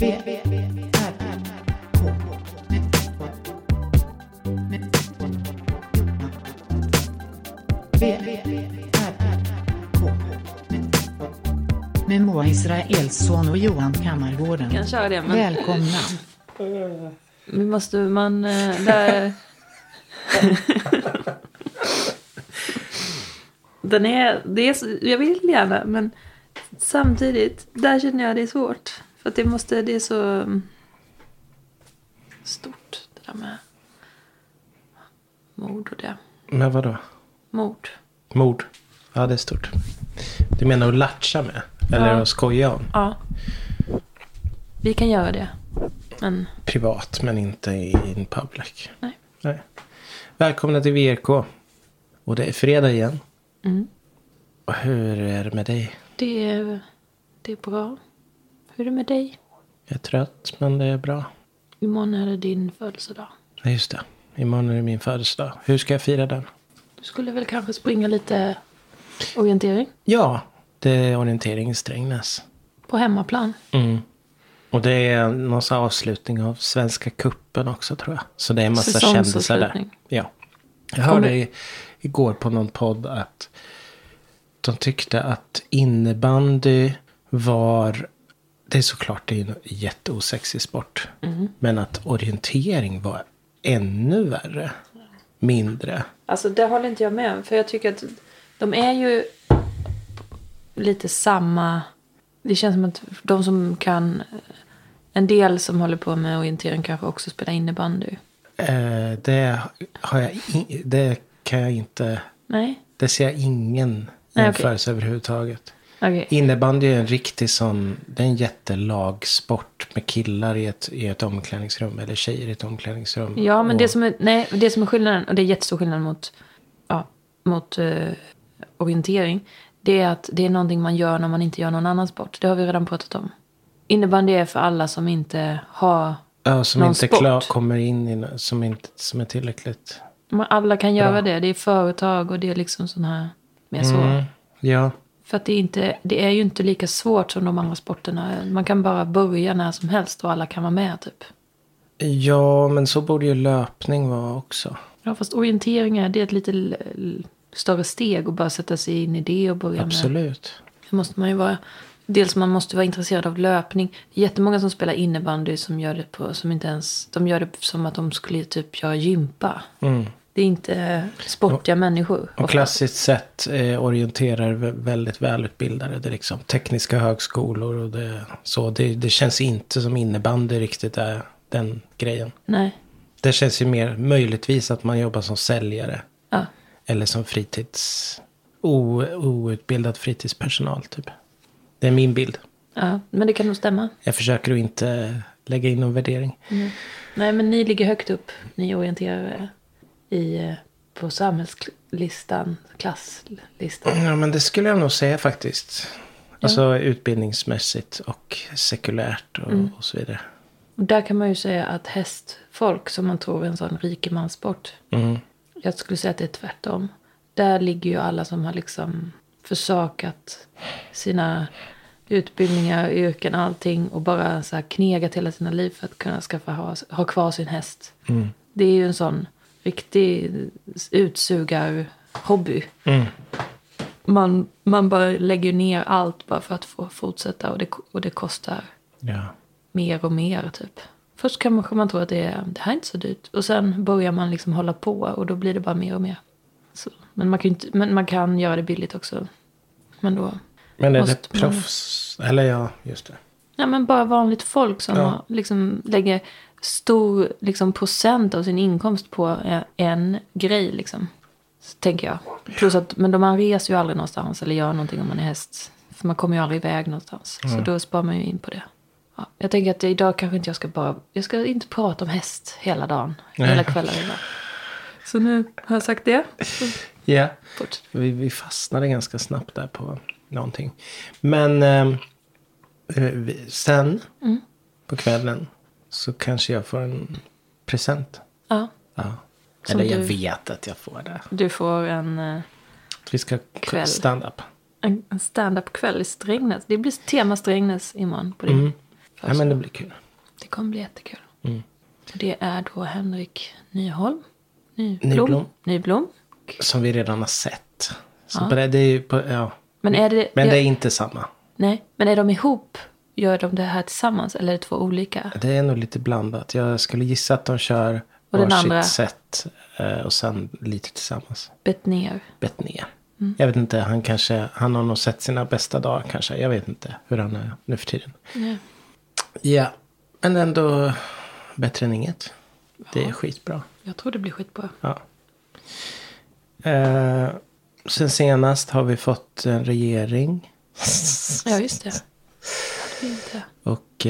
Med Moa Israelsson och Johan Kammargården. Kan köra det, men... Välkomna. Måste man... Där... jag vill gärna, men samtidigt, där känner jag det är svårt. För att det är så stort, det där med mord och det. Men vadå? Mord? Ja, det är stort. Du menar att latcha med? Eller att skoja om? Ja. Vi kan göra det. Men... Privat, men inte in public. Nej. Välkomna till VRK. Och det är fredag igen. Mm. Och hur är det med dig? Det är bra. Hur är det med dig? Jag är trött, men det är bra. Imorgon är det din födelsedag. Ja, just det. Imorgon är det min födelsedag. Hur ska jag fira den? Du skulle väl kanske springa lite orientering? Ja, det är orientering i Strängnäs. På hemmaplan? Mm. Och det är någon sån avslutning av Svenska kuppen också, tror jag. Så det är en massa kändisar där. Ja. Jag hörde igår på någon podd att de tyckte att innebandy var... Det är såklart det är en jätteosexig sport. Mm. Men att orientering var ännu värre. Mindre. Alltså det håller inte jag med om. För jag tycker att de är ju lite samma... Det känns som att de som kan... En del som håller på med orientering kanske också spelar innebandy. Det kan jag inte... Nej. Det ser jag ingen jämförelse överhuvudtaget. Okay. Innebandy är en riktig sån... Det är en jättelagsport med killar i ett omklädningsrum. Eller tjejer i ett omklädningsrum. Ja, men det som är skillnaden... Och det är jättestor skillnad mot orientering. Det är att det är någonting man gör när man inte gör någon annan sport. Det har vi redan pratat om. Innebandy är för alla som inte har som någon inte sport. Kommer in i som är tillräckligt. Men alla kan göra bra. det. Det är företag och det är liksom sån här mer så. Ja. För att det är ju inte lika svårt som de andra sporterna. Man kan bara börja när som helst och alla kan vara med typ. Ja, men så borde ju löpning vara också. Ja, fast orientering det är ett lite större steg och bara sätta sig in i det och börja Absolut. med. Det måste man ju vara. Dels man måste vara intresserad av löpning. Det är jättemånga som spelar innebandy som gör det som inte ens... De gör det som att de skulle typ göra gympa. Mm. Det är inte sportiga människor. Och klassiskt sett orienterar väldigt välutbildade. Det är liksom tekniska högskolor och det känns inte som innebandy riktigt är den grejen. Nej. Det känns ju mer möjligtvis att man jobbar som säljare. Ja. Eller som outbildad fritidspersonal typ. Det är min bild. Ja, men det kan nog stämma. Jag försöker att inte lägga in någon värdering. Mm. Nej, men ni ligger högt upp. Ni orienterar på samhällslistan, klasslistan. Ja, men det skulle jag nog säga faktiskt. Alltså utbildningsmässigt och sekulärt och så vidare. Och där kan man ju säga att hästfolk som man tror är en sån rikemanssport. Mm. Jag skulle säga att det är tvärtom. Där ligger ju alla som har liksom försakat sina utbildningar, yrken, allting. Och bara så här knegat hela sina liv för att kunna ha kvar sin häst. Mm. Det är ju en sån riktig utsugar-hobby. Mm. Man bara lägger ner allt bara för att få fortsätta. Och det kostar mer och mer typ. Först kanske man tror att det här är inte så dyrt. Och sen börjar man liksom hålla på och då blir det bara mer och mer. Så, men man kan göra det billigt också. Men är det proffs? Eller ja, just det. Ja, men bara vanligt folk som liksom lägger stor liksom, procent av sin inkomst på en grej liksom. Så tänker jag. Plus att, men man reser ju aldrig någonstans eller gör någonting om man är häst. För man kommer ju aldrig iväg någonstans. Så då sparar man ju in på det. Ja, jag tänker att idag kanske inte jag ska inte prata om häst hela dagen. Hela kvällen idag. Så nu har jag sagt det. Ja, vi fastnade ganska snabbt där på någonting. Men sen på kvällen så kanske jag får en present. Ja. Eller jag vet att jag får det. Du får en vi ska stand-up. En stand-up kväll i Strängnäs. Det blir tema Strängnäs imorgon på din Ja, men det blir kul. Det kommer bli jättekul. Mm. Det är då Henrik Nyholm. Nyblom. Som vi redan har sett. Så Ja. det är ju ja. Men det är inte samma. Nej, men är de ihop? Gör de det här tillsammans eller är det två olika? Det är nog lite blandat. Jag skulle gissa att de kör och den varsitt andra sätt. Och sen lite tillsammans. Bettner. Mm. Jag vet inte, han har nog sett sina bästa dagar kanske. Jag vet inte hur han är nu för tiden. Nej. Ja, men ändå bättre än inget. Det är skitbra. Jag tror det blir skitbra. Ja. Sen senast har vi fått en regering. Ja, just det. Inte. Och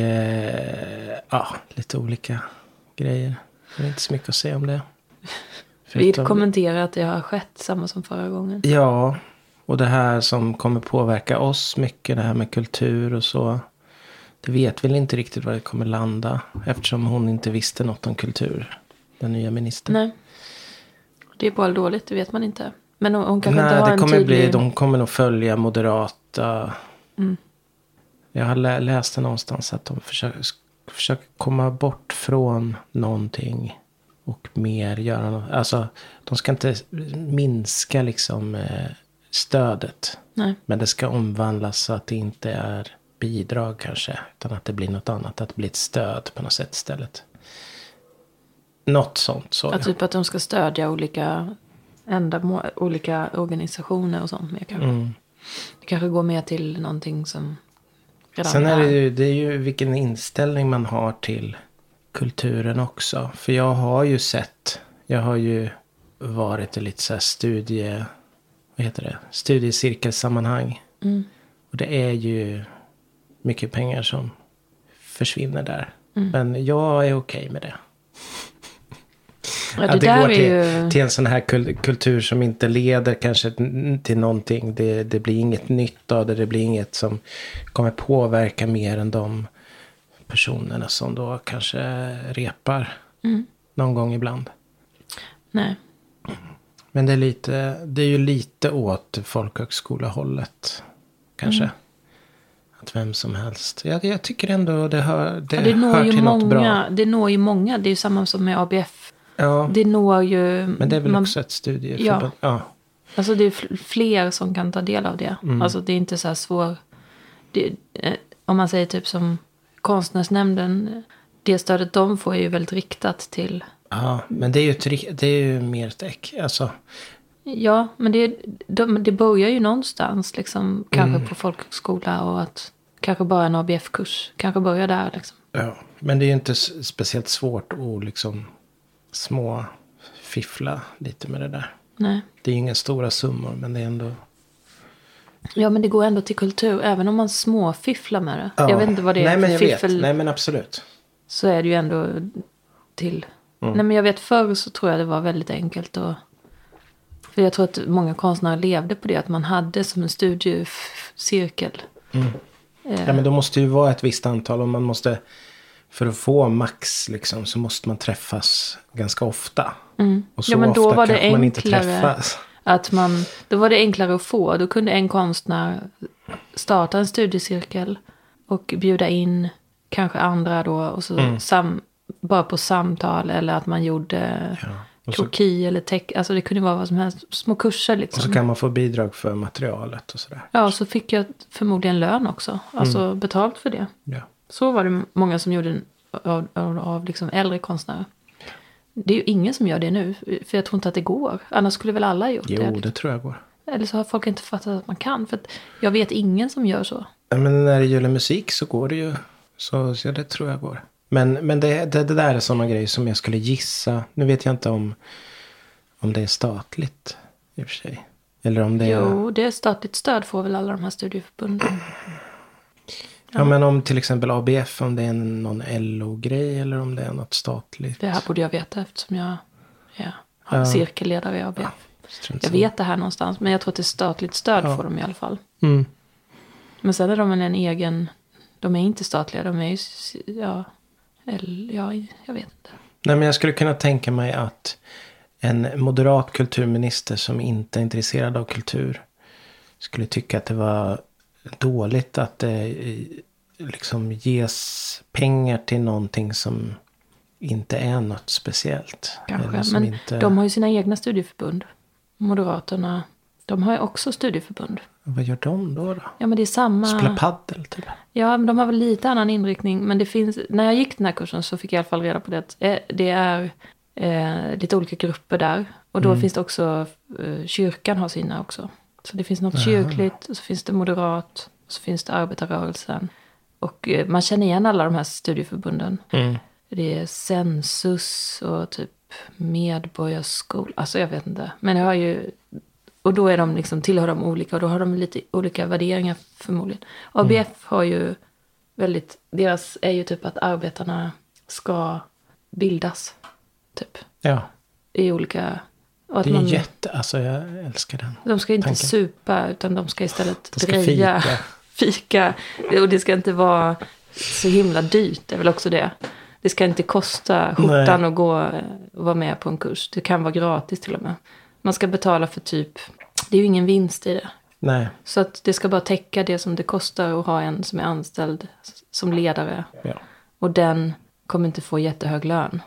lite olika grejer. Det är inte så mycket att säga om det. Vi kommenterar att det har skett samma som förra gången. Ja, och det här som kommer påverka oss mycket, det här med kultur och så. Det vet väl inte riktigt var det kommer landa. Eftersom hon inte visste något om kultur, den nya ministern. Nej, det är bra eller dåligt, det vet man inte. Men hon kanske inte har en tydlig... De kommer nog följa moderata... Mm. Jag har läst det någonstans att de försöker komma bort från någonting och mer göra något. Alltså, de ska inte minska liksom stödet. Nej. Men det ska omvandlas så att det inte är bidrag kanske. Utan att det blir något annat. Att det blir ett stöd på något sätt istället. Något sånt. Så. Ja, typ att de ska stödja olika olika organisationer och sånt mer kanske. Mm. Det kanske går mer till någonting som redan sen är det är ju vilken inställning man har till kulturen också. För jag har ju varit i lite så här studiecirkelsammanhang. Mm. Och det är ju mycket pengar som försvinner där. Mm. Men jag är okej med det. Ja, att det går till en sån här kultur som inte leder kanske till någonting. Det blir inget nytt av det. Det blir inget som kommer påverka mer än de personerna som då kanske repar någon gång ibland. Nej. Men det är ju lite åt folkhögskolehållet kanske. Att vem som helst. Jag tycker ändå det hör till något bra. Det når ju många. Det är ju samma som med ABF. Ja. Det når ju... Men det är väl också ett studieförbund. Ja. Alltså det är fler som kan ta del av det. Alltså det är inte så här svår... om man säger typ som Konstnärsnämnden. Det stödet de får är ju väldigt riktat till... Ja, men det är ju mer ett alltså. Ja, men det börjar ju någonstans liksom. Kanske på folkhögskola och att kanske bara en ABF-kurs. Kanske börja där liksom. Ja, men det är ju inte speciellt svårt att liksom små fiffla lite med det där. Nej. Det är ju inga stora summor, men det är ändå... Ja, men det går ändå till kultur. Även om man småfifflar med det. Ja. Jag vet inte vad det är för fiffel. Nej, men absolut. Så är det ju ändå till... Nej, men jag vet förr så tror jag det var väldigt enkelt. För jag tror att många konstnärer levde på det. Att man hade som en studiecirkel. Ja, men då måste ju vara ett visst antal. Och man måste... För att få max liksom, så måste man träffas ganska ofta. Och så men då ofta var det kanske man inte enklare träffas. Då var det enklare att få. Då kunde en konstnär starta en studiecirkel. Och bjuda in kanske andra då. Och så bara på samtal. Eller att man gjorde kroki eller alltså det kunde vara vad som helst. Små kurser liksom. Och så kan man få bidrag för materialet och sådär. Ja, och så fick jag förmodligen lön också. Alltså betalt för det. Ja. Så var det många som gjorde av liksom äldre konstnärer. Det är ju ingen som gör det nu. För jag tror inte att det går. Annars skulle väl alla ha gjort det. Jo, det tror jag går. Eller så har folk inte fattat att man kan. För att jag vet ingen som gör så. Ja, men när det gäller musik så går det ju. Så ja, det tror jag går. Men det där är sådana grejer som jag skulle gissa. Nu vet jag inte om det är statligt i och för sig. Eller om det är... Jo, det är statligt stöd får väl alla de här studieförbunden. Ja, men om till exempel ABF, om det är någon LO-grej eller om det är något statligt. Det här borde jag veta eftersom jag är cirkelledare i ABF. Ja, jag vet det här någonstans, men jag tror att det är statligt stöd får de i alla fall. Mm. Men sen är de en egen, de är inte statliga, de är ju, jag vet inte. Nej, men jag skulle kunna tänka mig att en moderat kulturminister som inte är intresserad av kultur skulle tycka att det var dåligt att det liksom ges pengar till någonting som inte är något speciellt. Kanske, men inte... de har ju sina egna studieförbund. Moderaterna, de har ju också studieförbund. Vad gör de då? Ja, men det är samma... Spela paddel typ? Ja, men de har väl lite annan inriktning. Men det finns... När jag gick den här kursen så fick jag i alla fall reda på det. Det är lite olika grupper där. Och då finns det också... kyrkan har sina också. Så det finns något kyrkligt, och så finns det moderat, och så finns det arbetarrörelsen. Och man känner igen alla de här studieförbunden. Det är Census och typ Medborgarskola. Alltså jag vet inte. Men jag har ju... Och då är de liksom, tillhör de olika. Och då har de lite olika värderingar förmodligen. ABF har ju väldigt... Deras är ju typ att arbetarna ska bildas. Typ. Ja. I olika... Och det är alltså jag älskar den. De ska inte supa, utan de ska istället dreja. Fika. Och det ska inte vara så himla dyrt. Det är väl också det. Det ska inte kosta skjortan att gå och vara med på en kurs. Det kan vara gratis till och med. Man ska betala för typ... Det är ju ingen vinst i det. Nej. Så att det ska bara täcka det som det kostar att ha en som är anställd som ledare. Ja. Och den kommer inte få jättehög lön.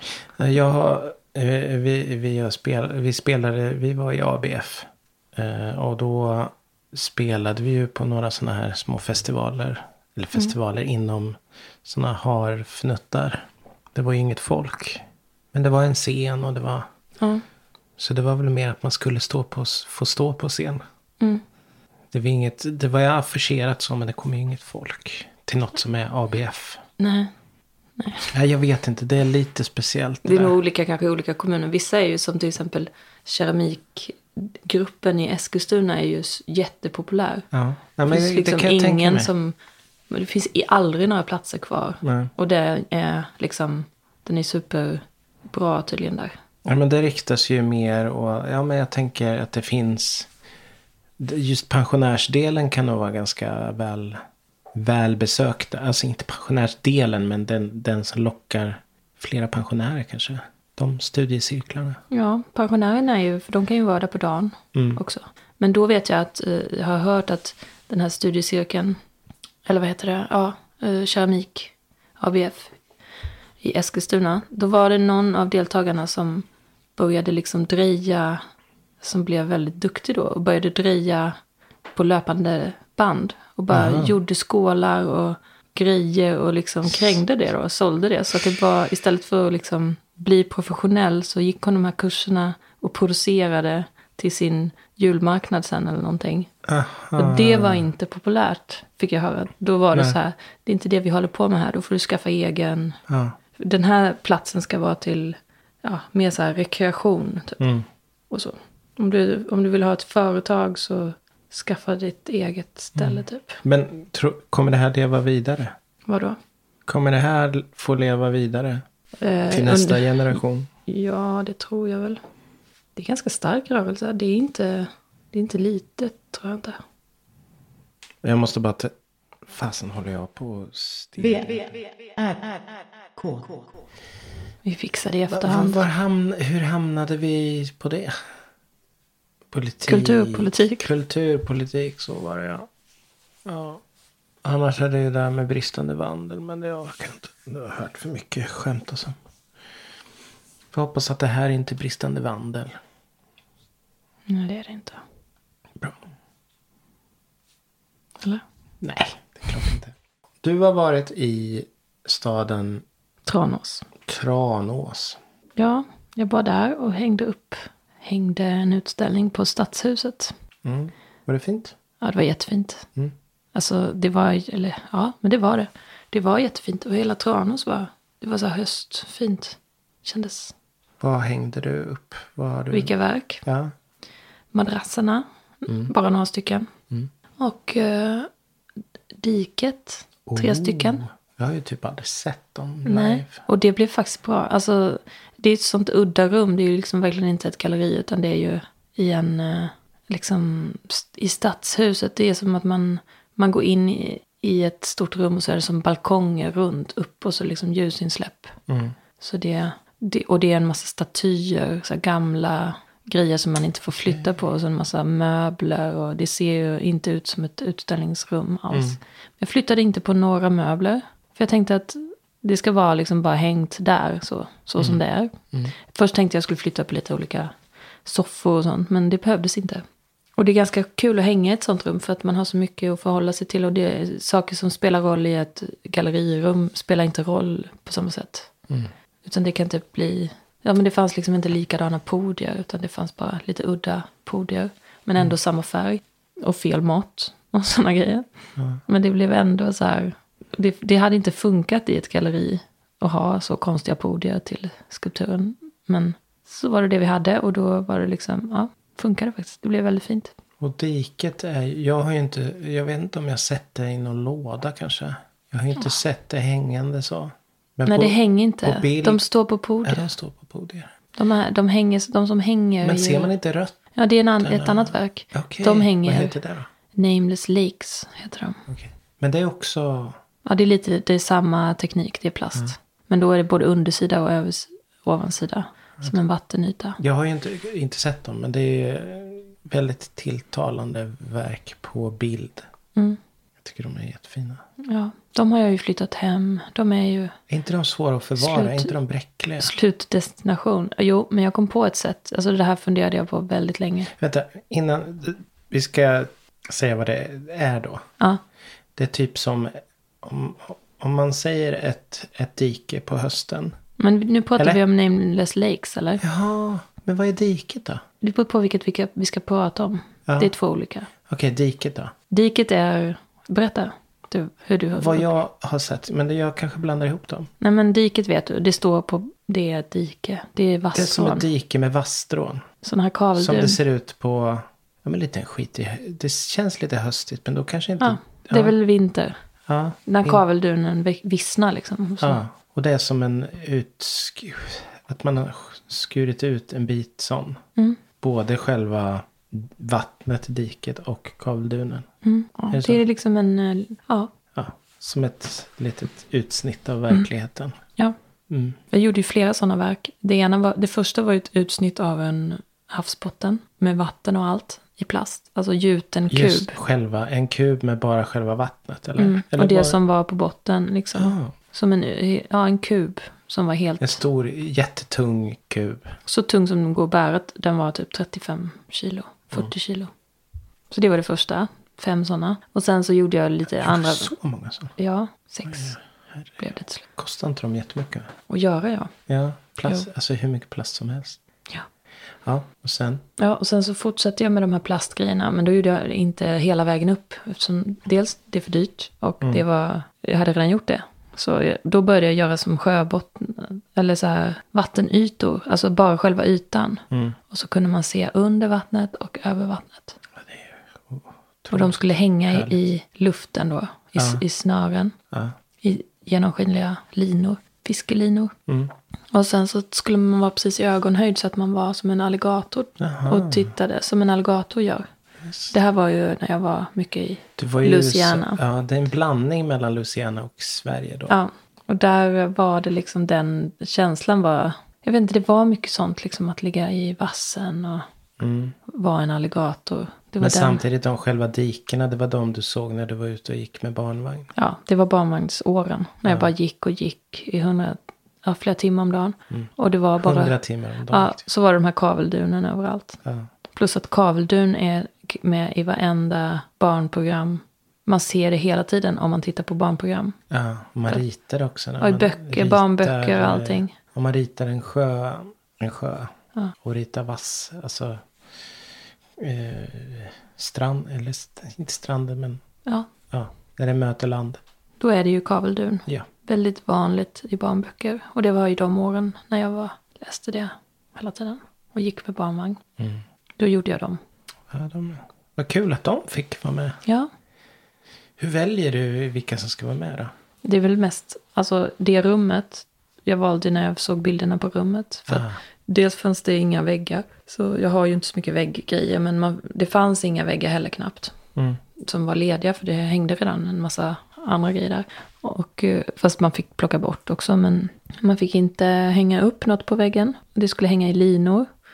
Vi var i ABF. Och då spelade vi ju på några såna här små festivaler. Eller festivaler inom såna harfnuttar. Det var ju inget folk. Men det var en scen och det var... Så det var väl mer att man skulle få stå på scen. Det var ju affischerat så, men det kom ju inget folk till något som är ABF. Nej. Jag vet inte, det är lite speciellt. Det är nog olika kanske i olika kommuner. Vissa är ju som till exempel keramikgruppen i Eskilstuna är ju jättepopulär. Ja. Det finns liksom det kan jag tänka mig. Det finns aldrig några platser kvar. Nej. Och det är liksom, den är superbra tydligen där. Ja, men det riktas ju mer och men jag tänker att det finns just pensionärsdelen kan nog vara ganska välbesökta. Alltså inte pensionärsdelen, men den som lockar flera pensionärer kanske. De studiecirklarna. Ja, pensionärerna är ju, för de kan ju vara där på dagen också. Men då vet jag att jag har hört att den här studiecirkeln, eller vad heter det? Ja, keramik ABF i Eskilstuna. Då var det någon av deltagarna som började liksom dreja, som blev väldigt duktig då. Och började dreja på löpande band. Och bara gjorde skålar och grejer och liksom krängde det då och sålde det. Så att det var, istället för att liksom bli professionell så gick hon de här kurserna och producerade till sin julmarknad sen eller någonting. Och det var inte populärt, fick jag höra. Då var det så här, det är inte det vi håller på med här, då får du skaffa egen. Den här platsen ska vara till mer så här rekreation typ. Och så. Om du vill ha ett företag så skaffa ditt eget ställe typ. Men kommer det här leva vidare? Vadå? Kommer det här få leva vidare till nästa generation? Ja, det tror jag väl. Det är ganska stark rörelse. Det är inte litet, tror jag inte. Jag måste bara fasen håller jag på K. Vi fixar det i efterhand. Hur hamnade vi på det? Kulturpolitik, så var det ja. Annars är det ju där med bristande vandel. Men jag har hört för mycket skämt och så. Jag hoppas att det här är inte bristande vandel. Nej, det är det inte. Bra. Eller? Nej, det är klart inte. Du har varit i staden Tranås. Ja, jag var där och hängde en utställning på Stadshuset. Var det fint? Ja, det var jättefint. Alltså, det var det. Det var jättefint. Och hela Tranås det var så här höstfint. Kändes. Vad hängde du upp? Vilka verk? Ja. Madrasserna. Bara några stycken. Och diket. 3 stycken. Jag har ju typ aldrig sett dem live. Nej, och det blev faktiskt bra. Alltså, det är ett sånt udda rum. Det är ju liksom verkligen inte ett galleri, utan det är ju i en, liksom, i Stadshuset. Det är som att man går in i ett stort rum och så är det som balkonger runt upp och så liksom ljusinsläpp. Så och det är en massa statyer, så här grejer som man inte får flytta på. Och så en massa möbler. Och det ser ju inte ut som ett utställningsrum alls. Jag flyttade inte på några möbler. För jag tänkte att det ska vara liksom bara hängt där. Så som det är. Först tänkte jag skulle flytta på lite olika soffor och sånt. Men det behövdes inte. Och det är ganska kul att hänga i ett sånt rum. För att man har så mycket att förhålla sig till. Och det är saker som spelar roll i ett gallerirum. Spelar inte roll på samma sätt. Utan det kan typ bli... Ja, men det fanns liksom inte likadana podier. Utan det fanns bara lite udda podier. Men ändå samma färg. Och fel mått. Och såna grejer. Men det blev ändå så här... Det hade inte funkat i ett galleri. Att ha så konstiga podier till skulpturen. Men så var det vi hade. Och då var det liksom... Ja, funkade faktiskt. Det blev väldigt fint. Och diket är... Jag vet inte om jag sett det i någon låda kanske. Jag har inte sett det hängande så. Men nej, det hänger inte. De står på podier. Ja, de står på podier. De som hänger... Men ser man inte rött? Ja, det är ett annat verk. Okay. De hänger... Vad heter det då? Nameless Lakes heter de. Okay. Men det är också... Ja, det är samma teknik. Det är plast. Men då är det både undersida och ovansida. Som en vattenyta. Jag har ju inte sett dem. Men det är väldigt tilltalande verk på bild. Jag tycker de är jättefina. Ja, de har jag ju flyttat hem. De är ju... Är inte de svåra att förvara? Är inte de bräckliga? Slutdestination. Jo, men jag kom på ett sätt. Alltså det här funderade jag på väldigt länge. Vänta, innan vi ska säga vad det är då. Ja. Det är typ som om man säger ett dike på hösten. Men nu pratar vi om Nameless Lakes, eller? Ja, men vad är diket då? Det beror på vilket vi ska prata om. Ja. Det är 2 olika. Okej, diket då? Diket är... Berätta hur du har... Vad jag har sett, men jag kanske blandar ihop dem. Nej, men diket vet du. Det står på... Det är ett dike. Det är vassstrån. Det är som ett dike med vassstrån. Sån här kaveldun. Som det ser ut på... Ja, men lite skit. Det känns lite höstigt, men då kanske inte... Ja, det är väl vinter. Ja. När kaveldunen vissnar liksom. Så. Ja, och det är som en att man har skurit ut en bit sån. Både själva vattnet, diket och kaveldunen. Ja, det är liksom en... Ja, som ett litet utsnitt av verkligheten. Ja. Jag gjorde ju flera sådana verk. Det första var ett utsnitt av en havsbotten med vatten och allt i plast. Alltså gjuten kub. Just en kub med bara själva vattnet, eller? Eller och det som var på botten liksom. Som en kub som var helt... En stor, jättetung kub. Så tung som den går bäret. Den var typ 35 kilo. 40 kilo. Så det var det första. 5 sådana. Och sen så gjorde jag lite andra... Så många sådana? Ja, 6 blev det till slut. Kostar inte de jättemycket? Och göra, ja. Ja, plast, alltså hur mycket plast som helst. Ja. Ja, och sen? Ja, och sen så fortsatte jag med de här plastgrejerna. Men då gjorde jag inte hela vägen upp. Eftersom dels det är för dyrt. Och jag hade redan gjort det. Så då började jag göra som sjöbotten. Eller så här vattenytor. Alltså bara själva ytan. Och så kunde man se under vattnet och över vattnet. Ja, det är och de skulle hänga i luften då. I snören. Ja. I genomskinliga linor. Fiskelinor. Och sen så skulle man vara precis i ögonhöjd så att man var som en alligator. Och tittade som en alligator gör. Just. Det här var ju när jag var mycket i Louisiana. Ja, det är en blandning mellan Louisiana och Sverige då. Ja, och där var det liksom den känslan var... Jag vet inte, det var mycket sånt liksom att ligga i vassen och vara en alligator. Men samtidigt de själva dikerna, det var de du såg när du var ute och gick med barnvagn. Ja, det var barnvagnsåren. När jag bara gick i flera timmar om dagen. Och det var bara... 100 timmar om dagen. Ja, så var det de här kaveldunen överallt. Ja. Plus att kaveldun är med i varenda barnprogram. Man ser det hela tiden om man tittar på barnprogram. Ja, och man ritar också. Och i böcker, barnböcker och allting. Och man ritar en sjö och ritar vass, alltså strand, eller inte stranden, men när det möter land. Då är det ju kaveldun. Ja. Väldigt vanligt i barnböcker. Och det var ju de åren när jag läste det hela tiden. Och gick med barnvagn. Då gjorde jag dem. Ja, vad kul att de fick vara med. Ja. Hur väljer du vilka som ska vara med då? Det är väl mest, alltså det rummet. Jag valde när jag såg bilderna på rummet. För dels fanns det inga väggar. Så jag har ju inte så mycket vägggrejer. Men det fanns inga väggar heller knappt. Som var lediga, för det hängde redan en massa andra grejer där. Och, fast man fick plocka bort också. Men man fick inte hänga upp något på väggen. Det skulle hänga i linor.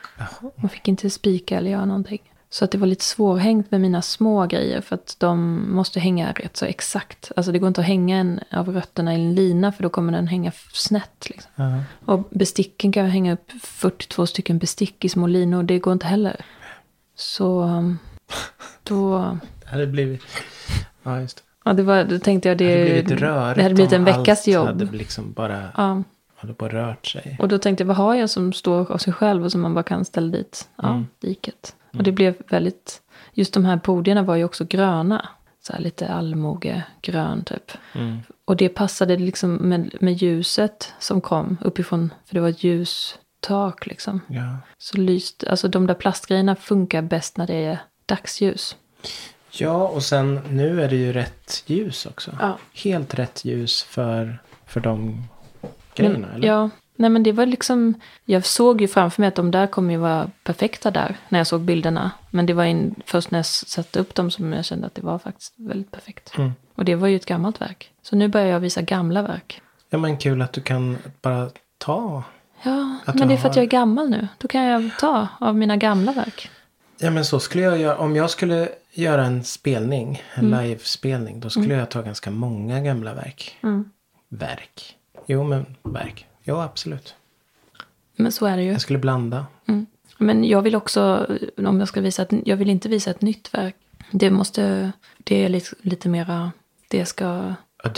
Man fick inte spika eller göra någonting. Så att det var lite svårhängt med mina små grejer. För att de måste hänga rätt så exakt. Alltså det går inte att hänga en av rötterna i en lina. För då kommer den hänga snett. Liksom. Och besticken kan jag hänga upp 42 stycken bestick i små linor. Det går inte heller. Så då... Det hade blivit... Ja, just det. Ja, då tänkte jag det hade blivit rörigt. Det hade blivit en veckas jobb. Allt hade liksom bara... hade bara rört sig. Och då tänkte jag, vad har jag som står av sig själv och som man bara kan ställa dit? Ja, diket. Och det blev väldigt... Just de här podierna var ju också gröna. Så här lite allmogegrön typ. Och det passade liksom med ljuset som kom uppifrån. För det var ett ljustak liksom. Ja. Så lyst... Alltså de där plastgrejerna funkar bäst när det är dagsljus. Ja, och sen nu är det ju rätt ljus också. Ja. Helt rätt ljus för de grejerna, eller? Ja, nej men det var liksom... Jag såg ju framför mig att de där kommer ju vara perfekta där när jag såg bilderna. Men det var först när jag satte upp dem som jag kände att det var faktiskt väldigt perfekt. Och det var ju ett gammalt verk. Så nu börjar jag visa gamla verk. Ja, men kul att du kan bara ta... Ja, men det är för att jag är gammal nu. Då kan jag ta av mina gamla verk. Ja, men så skulle jag göra... Om jag skulle göra en spelning, en livespelning, då skulle jag ta ganska många gamla verk. Verk. Jo, men verk. Jo, absolut. Men så är det ju. Jag skulle blanda. Men jag vill också, om jag ska visa jag vill inte visa ett nytt verk. Det är lite mera, det ska... Ja,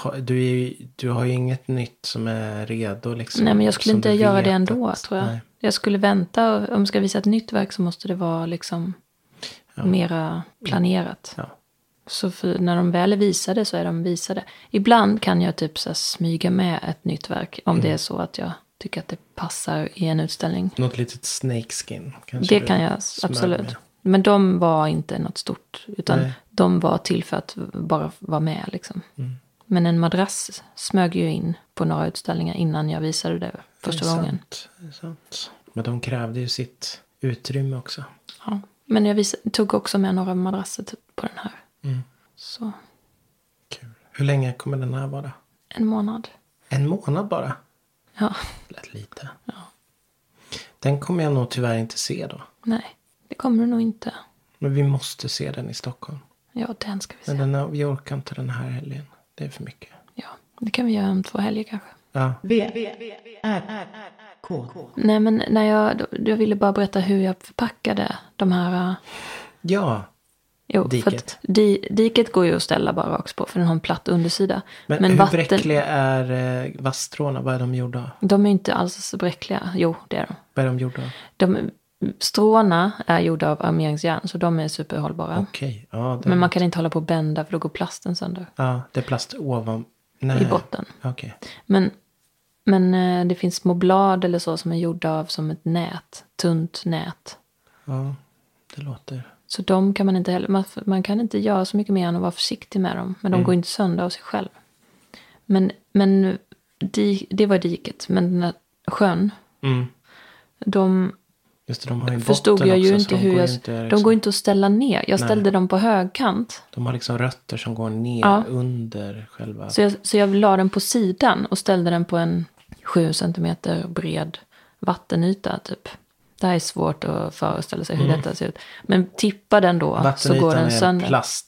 du har ju inget nytt som är redo liksom. Nej, men jag skulle inte göra det ändå, tror jag. Nej. Jag skulle vänta, om jag ska visa ett nytt verk så måste det vara liksom mera planerat. Ja. Så när de väl är visade så är de visade. Ibland kan jag typ så här smyga med ett nytt verk. Om det är så att jag tycker att det passar i en utställning. Något litet snakeskin kanske. Det kan jag absolut. Med. Men de var inte något stort. Utan de var till för att bara vara med liksom. Men en madrass smög ju in på några utställningar innan jag visade det första gången. Det är sant. Men de krävde ju sitt utrymme också. Ja. Men jag tog också med några madrasser på den här. Så. Kul. Hur länge kommer den här vara? 1 månad. 1 månad bara? Ja. Lät lite. Ja. Den kommer jag nog tyvärr inte se då. Nej, det kommer du nog inte. Men vi måste se den i Stockholm. Ja, den ska vi se. Men vi orkar inte den här helgen. Det är för mycket. Ja, det kan vi göra om 2 helger kanske. Ja. K. Nej, men när jag ville bara berätta hur jag förpackade de här... Ja. Jo, diket. För att diket går ju att ställa bara rakt på för den har en platt undersida. Men hur bräckliga är vasstråna? Vad är de gjorda av? De är inte alls så bräckliga. Jo, det är de. Vad är de gjorda av? Stråna är gjorda av armeringsjärn så de är superhållbara. Okej. Ja, men man kan inte hålla på och bända för då går plasten sönder. Ja, det är plast ovan. Nej. I botten. Okej. Men det finns små blad eller så som är gjorda av som ett nät. Tunt nät. Ja, det låter... Så de kan man inte heller... Man kan inte göra så mycket mer än att vara försiktig med dem. Men de går inte sönder av sig själv. Men det var diket. Men den här sjön... Just det, de har ju förstod botten jag ju också, inte hur de går inte att ställa ner. Jag ställde dem på högkant. De har liksom rötter som går ner under själva... Så jag la den på sidan och ställde den på en 7 centimeter bred vattenyta typ. Det här är svårt att föreställa sig hur detta ser ut. Men tippa den då så går den sönder.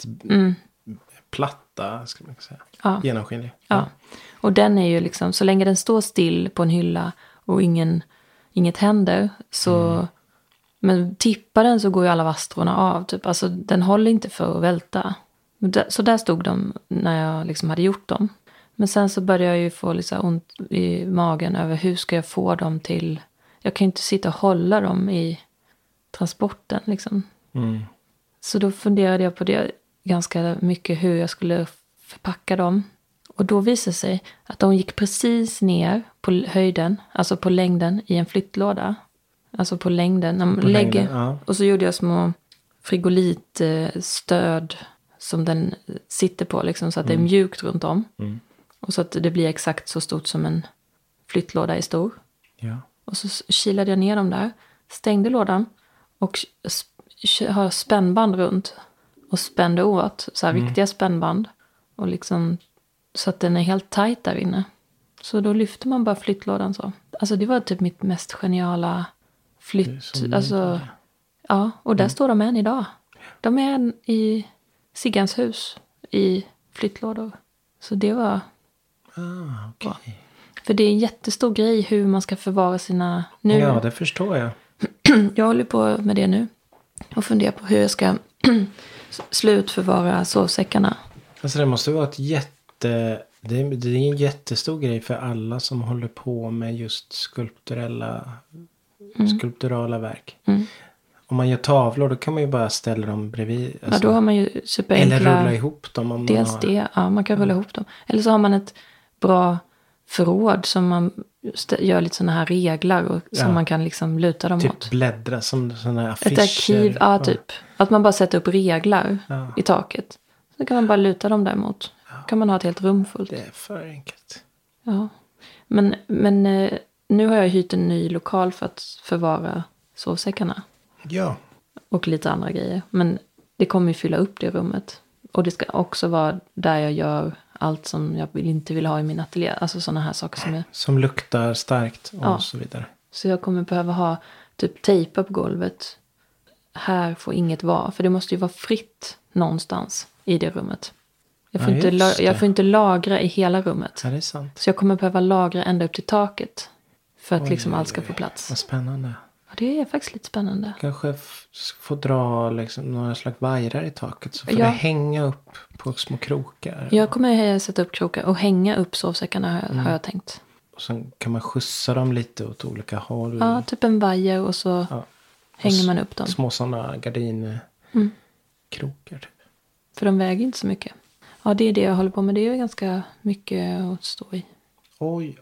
Plastplatta ska man säga. Ja. Genomskinlig. Ja. Och den är ju liksom, så länge den står still på en hylla och inget händer så... Men tippa den så går ju alla vasstråna av. Typ. Alltså den håller inte för att välta. Så där stod de när jag liksom hade gjort dem. Men sen så började jag ju få lite ont i magen över hur ska jag få dem till... Jag kan ju inte sitta och hålla dem i transporten liksom. Så då funderade jag på det ganska mycket hur jag skulle förpacka dem. Och då visade det sig att de gick precis ner på höjden, alltså på längden i en flyttlåda. Alltså på längden. Och så gjorde jag små frigolitstöd som den sitter på liksom, så att det är mjukt runt om. Och så att det blir exakt så stort som en flyttlåda är stor. Ja. Och så kilade jag ner dem där, stängde lådan och har spännband runt och spände åt, så här riktiga spännband. Och liksom, så att den är helt tajt där inne. Så då lyfter man bara flyttlådan så. Alltså det var typ mitt mest geniala Alltså, ja, och där står de än idag. De är i Siggans hus i flyttlådor. Så det var bra. För det är en jättestor grej hur man ska förvara sina... Ja, det förstår jag. Jag håller på med det nu. Och funderar på hur jag ska slutförvara sovsäckarna. Alltså det måste vara det är en jättestor grej för alla som håller på med just skulpturala verk. Om man gör tavlor då kan man ju bara ställa dem bredvid. Alltså, ja, då har man ju superenkla... Eller rulla ihop dem. Om dels man har... det, ja, man kan rulla ihop dem. Eller så har man ett bra förråd som man gör lite sådana här reglar och som man kan liksom luta dem typ åt. Typ bläddra som sådana här affischer. Ett arkiv, ja typ. Att man bara sätter upp reglar i taket. Så kan man bara luta dem däremot. Kan man ha ett helt rum fullt. Det är för enkelt. Ja. Men nu har jag hyrt en ny lokal för att förvara sovsäckarna. Ja. Och lite andra grejer. Men det kommer ju fylla upp det rummet. Och det ska också vara där jag gör allt som jag inte vill ha i min ateljé. Alltså sådana här saker som luktar starkt och så vidare. Så jag kommer behöva ha typ tejpa på golvet. Här får inget vara. För det måste ju vara fritt någonstans i det rummet. Jag får inte lagra i hela rummet. Ja, det är sant. Så jag kommer behöva lagra ända upp till taket. För att liksom allt ska få plats. Vad spännande. Ja, det är faktiskt lite spännande. Kanske få dra liksom några slags vajrar i taket. Så får det hänga upp på små krokar. Jag kommer sätta upp krokar och hänga upp sovsäckarna har jag tänkt. Och sen kan man skjutsa dem lite åt olika håll. Ja, typ en vajer och så hänger man upp dem. Små sådana gardinkrokar typ. För de väger inte så mycket. Ja, det är det jag håller på med. Det är ju ganska mycket att stå i. Oj.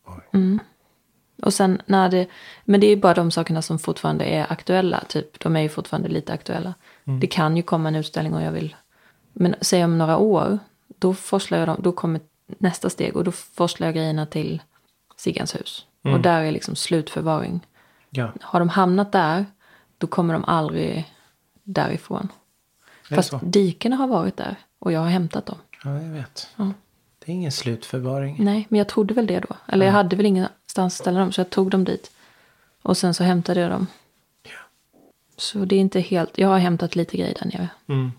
Och sen men det är bara de sakerna som fortfarande är aktuella. Typ, de är ju fortfarande lite aktuella. Det kan ju komma en utställning och jag vill. Men säg om några år. Då forslar jag dem. Då kommer nästa steg. Och då forslar jag grejerna till Siggans hus. Och där är liksom slutförvaring. Ja. Har de hamnat där. Då kommer de aldrig därifrån. Fast dikerna har varit där. Och jag har hämtat dem. Ja, jag vet. Ja. Det är ingen slutförvaring. Nej, men jag trodde väl det då. Eller jag hade väl ingenstans att ställa dem. Så jag tog dem dit. Och sen så hämtade jag dem. Ja. Så det är inte helt... Jag har hämtat lite grejer där nere.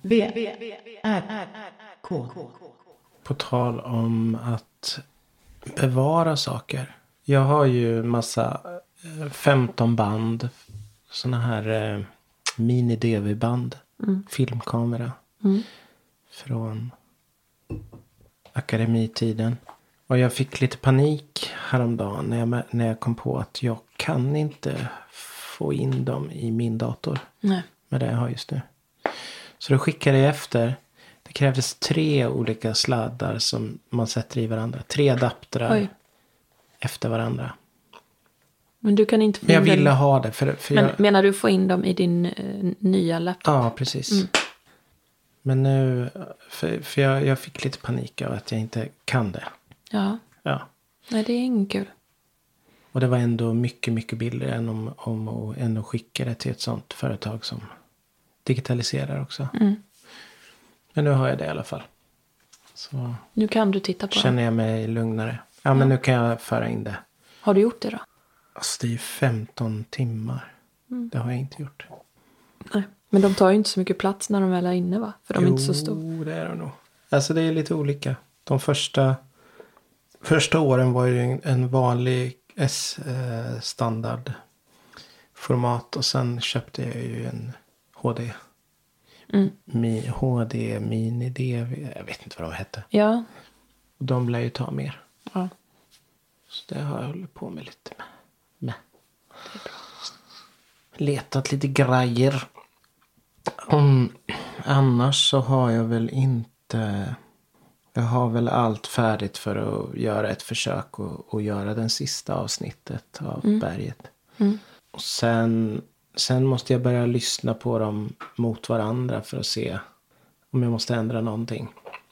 V-R-K. På tal om att bevara saker. Jag har ju massa 15 band. Såna här mini-DV-band. Filmkamera. Från akademitiden. Och jag fick lite panik häromdagen när jag kom på att jag kan inte få in dem i min dator. Nej. Med det jag har just nu. Så då skickade jag efter. Det krävdes 3 olika sladdar som man sätter i varandra. 3 adaptrar efter varandra. Men du kan inte få men jag ville ha det. För menar du få in dem i din nya laptop? Ja, precis. Men nu, för jag fick lite panik av att jag inte kan det. Ja. Nej, det är inget kul. Och det var ändå mycket, mycket billigare än om att skicka det till ett sånt företag som digitaliserar också. Men nu har jag det i alla fall. Så nu kan du titta på det. Känner jag mig lugnare. Ja, men nu kan jag föra in det. Har du gjort det då? Alltså det är 15 timmar. Det har jag inte gjort. Nej. Men de tar ju inte så mycket plats när de väl är inne, va? För de är inte så stora. Jo, det är de nog. Alltså det är lite olika. De första åren var ju en vanlig S-standard format. Och sen köpte jag ju en HD. HD Mini DV. Jag vet inte vad de hette. Ja. Och de lär ju ta mer. Ja. Så det har jag hållit på med lite med. Letat lite grejer. Annars så har jag väl inte... Jag har väl allt färdigt för att göra ett försök och göra den sista avsnittet av berget. Och sen måste jag börja lyssna på dem mot varandra för att se om jag måste ändra någonting.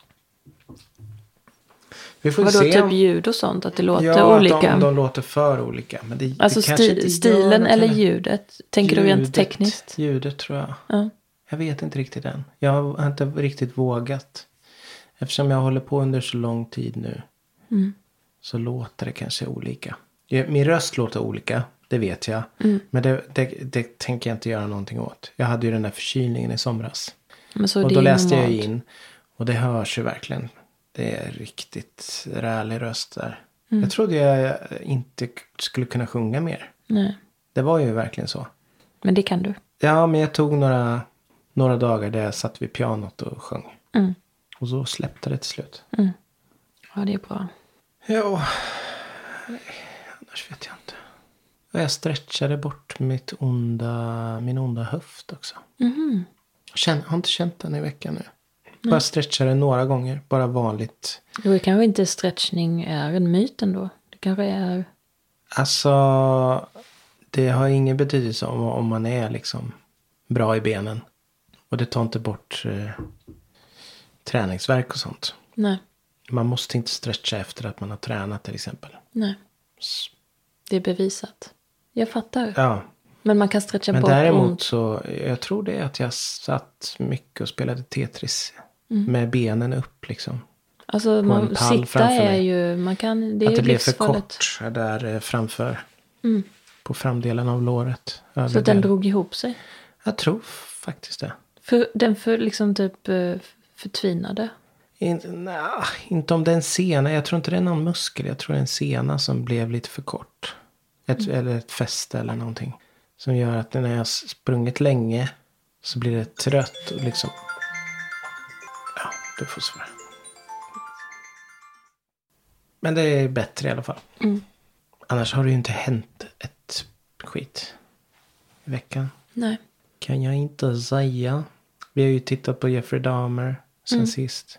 Vi får vadå, se typ ljud och sånt? Att det låter olika? Ja, de låter för olika. Men det, alltså det kanske inte stilen eller ljudet? Tänker du rent tekniskt? Ljudet tror jag. Ja. Jag vet inte riktigt än. Jag har inte riktigt vågat. Eftersom jag håller på under så lång tid nu. Så låter det kanske olika. Min röst låter olika. Det vet jag. Men det tänker jag inte göra någonting åt. Jag hade ju den där förkylningen i somras. Men så och det då är läste normalt. jag in. Och det hörs ju verkligen. Det är riktigt rälig röst där. Jag trodde jag inte skulle kunna sjunga mer. Nej. Det var ju verkligen så. Men det kan du. Ja, men jag tog några dagar där jag satt vid pianot och sjöng. Och så släppte det till slut. Ja, det är bra. Ja, annars vet jag inte. Och jag stretchade bort min onda höft också. Har inte känt den i veckan nu. Bara stretchade några gånger. Bara vanligt. Jo, det kanske inte stretchning är en myt ändå. Det kanske är... Alltså, det har ingen betydelse om man är liksom bra i benen. Och det tar inte bort träningsvärk och sånt. Nej. Man måste inte stretcha efter att man har tränat till exempel. Nej. Det är bevisat. Jag fattar. Ja. Men man kan stretcha Men bort däremot så, jag tror det är att jag satt mycket och spelade Tetris. Med benen upp liksom. Alltså man sitta är mig. Ju, man kan, det är att det blev livsfarligt. för kort där framför. På framdelen av låret. Så att den drog ihop sig? Jag tror faktiskt det. Den liksom typ förtvinade? Inte om det är en sena. Jag tror inte det är någon muskel. Jag tror det är en sena som blev lite för kort. Eller ett fäste eller någonting. Som gör att när jag sprungit länge så blir det trött och liksom... Ja, du får svara. Men det är bättre i alla fall. Annars har det ju inte hänt ett skit i veckan. Nej. Kan jag inte säga. Vi har ju tittat på Jeffrey Dahmer sen sist.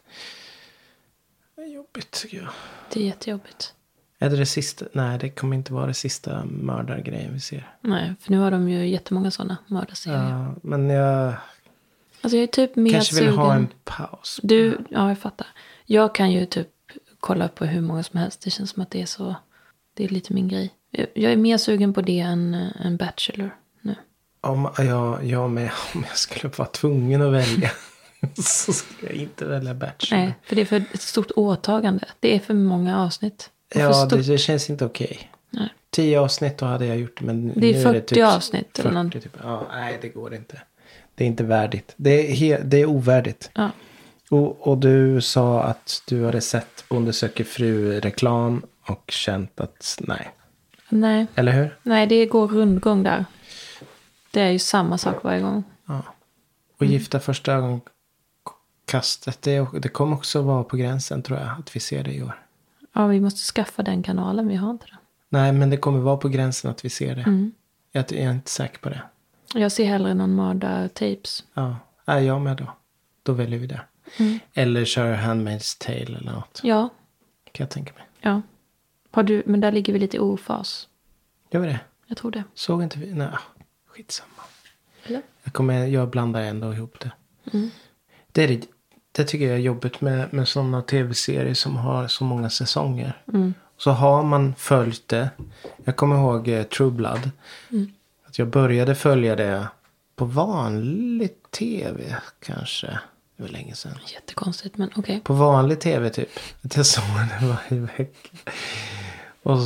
Det är jobbigt tycker jag. Det är jättejobbigt. Är det sista? Nej, det kommer inte vara det sista mördargrejen vi ser. Nej, för nu har de ju jättemånga sådana mördarserier. Ja, men jag... Alltså jag är typ mer kanske vill sugen. ha en paus. Ja, jag fattar. Jag kan ju typ kolla på hur många som helst. Det känns som att det är så... Det är lite min grej. Jag är mer sugen på det än en Bachelor nu. Om jag skulle vara tvungen att välja så skulle jag inte välja Bachelor. Nej, för det är för ett stort åtagande. Det är för många avsnitt. Ja, det känns inte okej. Nej. 10 avsnitt då hade jag gjort det. Men det är 40 nu är det typ avsnitt. 40, eller typ. Ja, nej, det går inte. Det är inte värdigt. Det är ovärdigt. Ja. Och du sa att du hade sett Bonde söker fru-reklam och känt att nej. Eller hur? Nej, det går rundgång där. Det är ju samma sak varje gång. Ja. Och Gifta första ögonkastet. Det kommer också vara på gränsen tror jag. Att vi ser det i år. Ja, vi måste skaffa den kanalen. Vi har inte den. Nej, men det kommer vara på gränsen att vi ser det. Jag är inte säker på det. Jag ser hellre någon mördartapes. Ja, jag med då. Då väljer vi det. Eller kör Handmaid's Tale eller något. Ja. Kan jag tänka mig. Ja. Men där ligger vi lite i ofas. Gör vi det? Jag tror det. Såg inte vi? Nej, skitsamma. Eller? Jag blandar ändå ihop det. Det tycker jag är jobbigt med sådana tv-serier som har så många säsonger. Så har man följt det. Jag kommer ihåg True Blood. Att jag började följa det på vanlig tv kanske. Det var länge sedan. Jättekonstigt, men okej. Okay. På vanlig tv typ. Att jag såg det varje vecka. Och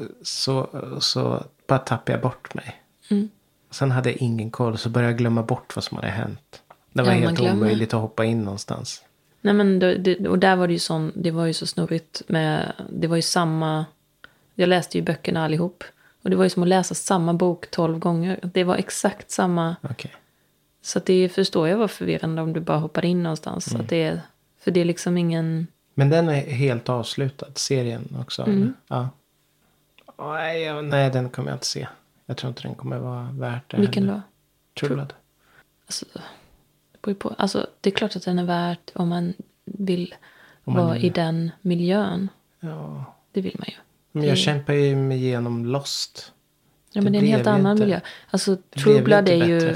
så bara tappade jag bort mig. Sen hade jag ingen koll. Så började jag glömma bort vad som hade hänt. Det var helt omöjligt att hoppa in någonstans. Nej, men och där var det ju det var ju så snurrigt med, det var ju samma, jag läste ju böckerna allihop. Och det var ju som att läsa samma bok 12 gånger. Det var exakt samma. Okay. Så att det förstår jag var förvirrande om du bara hoppade in någonstans. Att för det är liksom ingen... Men den är helt avslutad, serien också. Ja. Nej, den kommer jag inte se. Jag tror inte den kommer vara värt det. Vilken då? True Blood. Alltså, det beror på. Alltså, det är klart att den är värt om man vill vara i den miljön. Ja. Det vill man ju. Men jag kämpar ju mig igenom Lost. Ja, men det är en helt annan miljö. Alltså, True Blood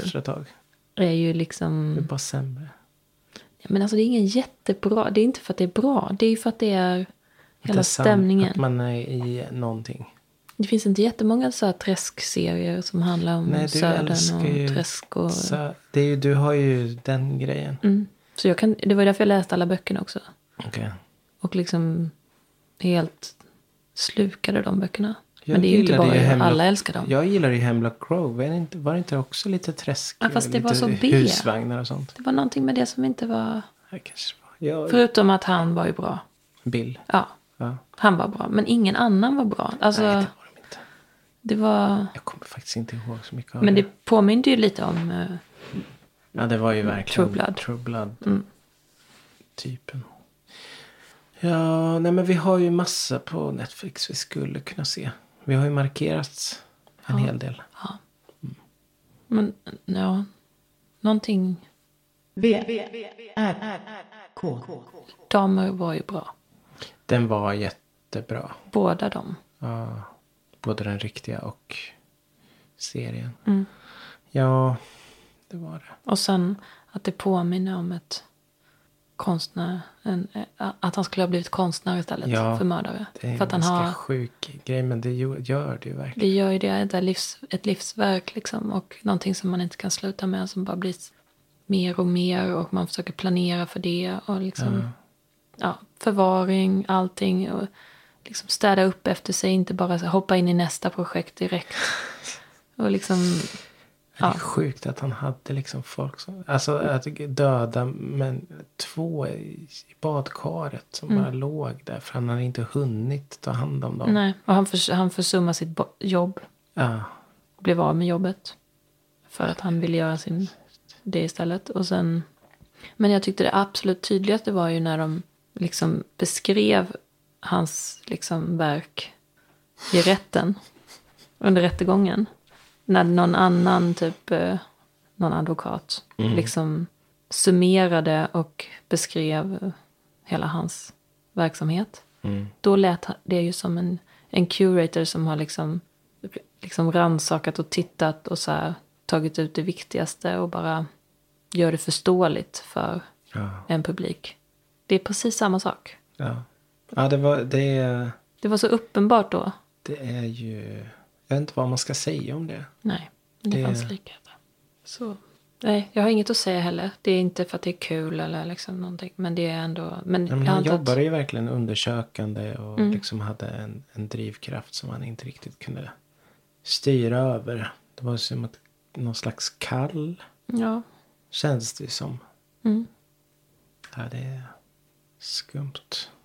är ju liksom... Det är bara sämre. Ja, men alltså det är ingen jättebra. Det är inte för att det är bra. Det är ju för att det är hela stämningen. Att man är i någonting. Det finns inte jättemånga så här träskserier som handlar om södern och träsk. Och... Du har ju den grejen. Så det var därför jag läste alla böckerna också. Okay. Och liksom helt slukade de böckerna. Men det är ju inte bara alla älskar dem. Jag gillar ju Hemlock Grove. Var det inte också lite träsk? Ja, fast det lite var så B. Husvagnar och sånt. Det var någonting med det som inte var... Ja, kanske var. Förutom att han var ju bra. Bill. Ja. Han var bra. Men ingen annan var bra. Alltså, nej, det var de inte. Det var... Jag kommer faktiskt inte ihåg så mycket av men det påminner ju lite om... ja, det var ju verkligen True Blood. Typen. Ja, nej men vi har ju massa på Netflix vi skulle kunna se. Vi har ju markerat en hel del. Ja. Men, ja. Någonting... V-R-K. Damer var ju bra. Den var jättebra. Båda dem. Ja, både den riktiga och serien. Mm. Ja, det var det. Och sen att det påminner om ett konstnär. Att han skulle ha blivit konstnär istället för mördare. Det är för att en han ganska sjuk grej, men det gör det ju verkligen. Det gör ju det. Ett livsverk liksom. Och någonting som man inte kan sluta med. Som bara blir mer och mer. Och man försöker planera för det. Och liksom... Ja, förvaring, allting. Och liksom städa upp efter sig. Inte bara så hoppa in i nästa projekt direkt. Och liksom... Det är sjukt att han hade liksom folk som... Alltså att döda men 2 i badkaret som bara låg där. För han hade inte hunnit ta hand om dem. Nej, och han försummade sitt jobb. Ja. Blev av med jobbet. För att han ville göra det istället. Och sen... Men jag tyckte det absolut tydligaste var ju när de liksom beskrev hans liksom verk i rätten. Under rättegången. När någon annan typ någon advokat liksom summerade och beskrev hela hans verksamhet. Då lät det ju som en curator som har liksom rannsakat och tittat och så här, tagit ut det viktigaste och bara gör det förståeligt för en publik. Det är precis samma sak. Ja, det var så uppenbart då. Det är ju... Jag vet inte vad man ska säga om det. Nej, det fanns likheter. Så, nej, jag har inget att säga heller. Det är inte för att det är kul eller liksom någonting. Men det är ändå... Men han jobbade ju verkligen undersökande och liksom hade en drivkraft som han inte riktigt kunde styra över. Det var som någon slags kall. Ja. Känns det som. Ja, det är skumt.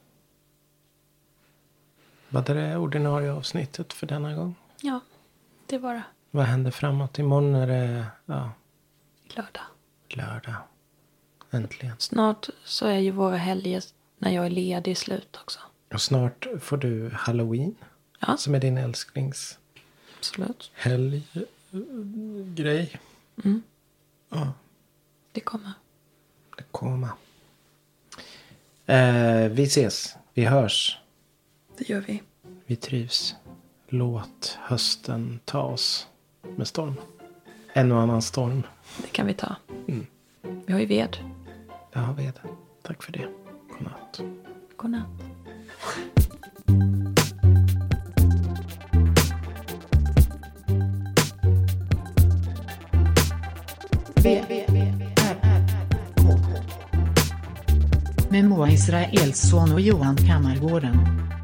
Var det ordinarie avsnittet för denna gång? Ja, det var det. Vad händer framåt? Imorgon är det lördag. Äntligen. Snart så är ju våra helger när jag är ledig slut också. Och snart får du Halloween. Ja. Som är din älsklings helggrej. Ja. Det kommer. Vi ses. Vi hörs. Det gör vi. Vi trivs. Låt hösten ta oss med storm. En och annan storm. Det kan vi ta. Vi har ju ved. Jag har ved. Tack för det. Godnatt. Godnatt. Med Moa Israelsson och Johan Kammargården.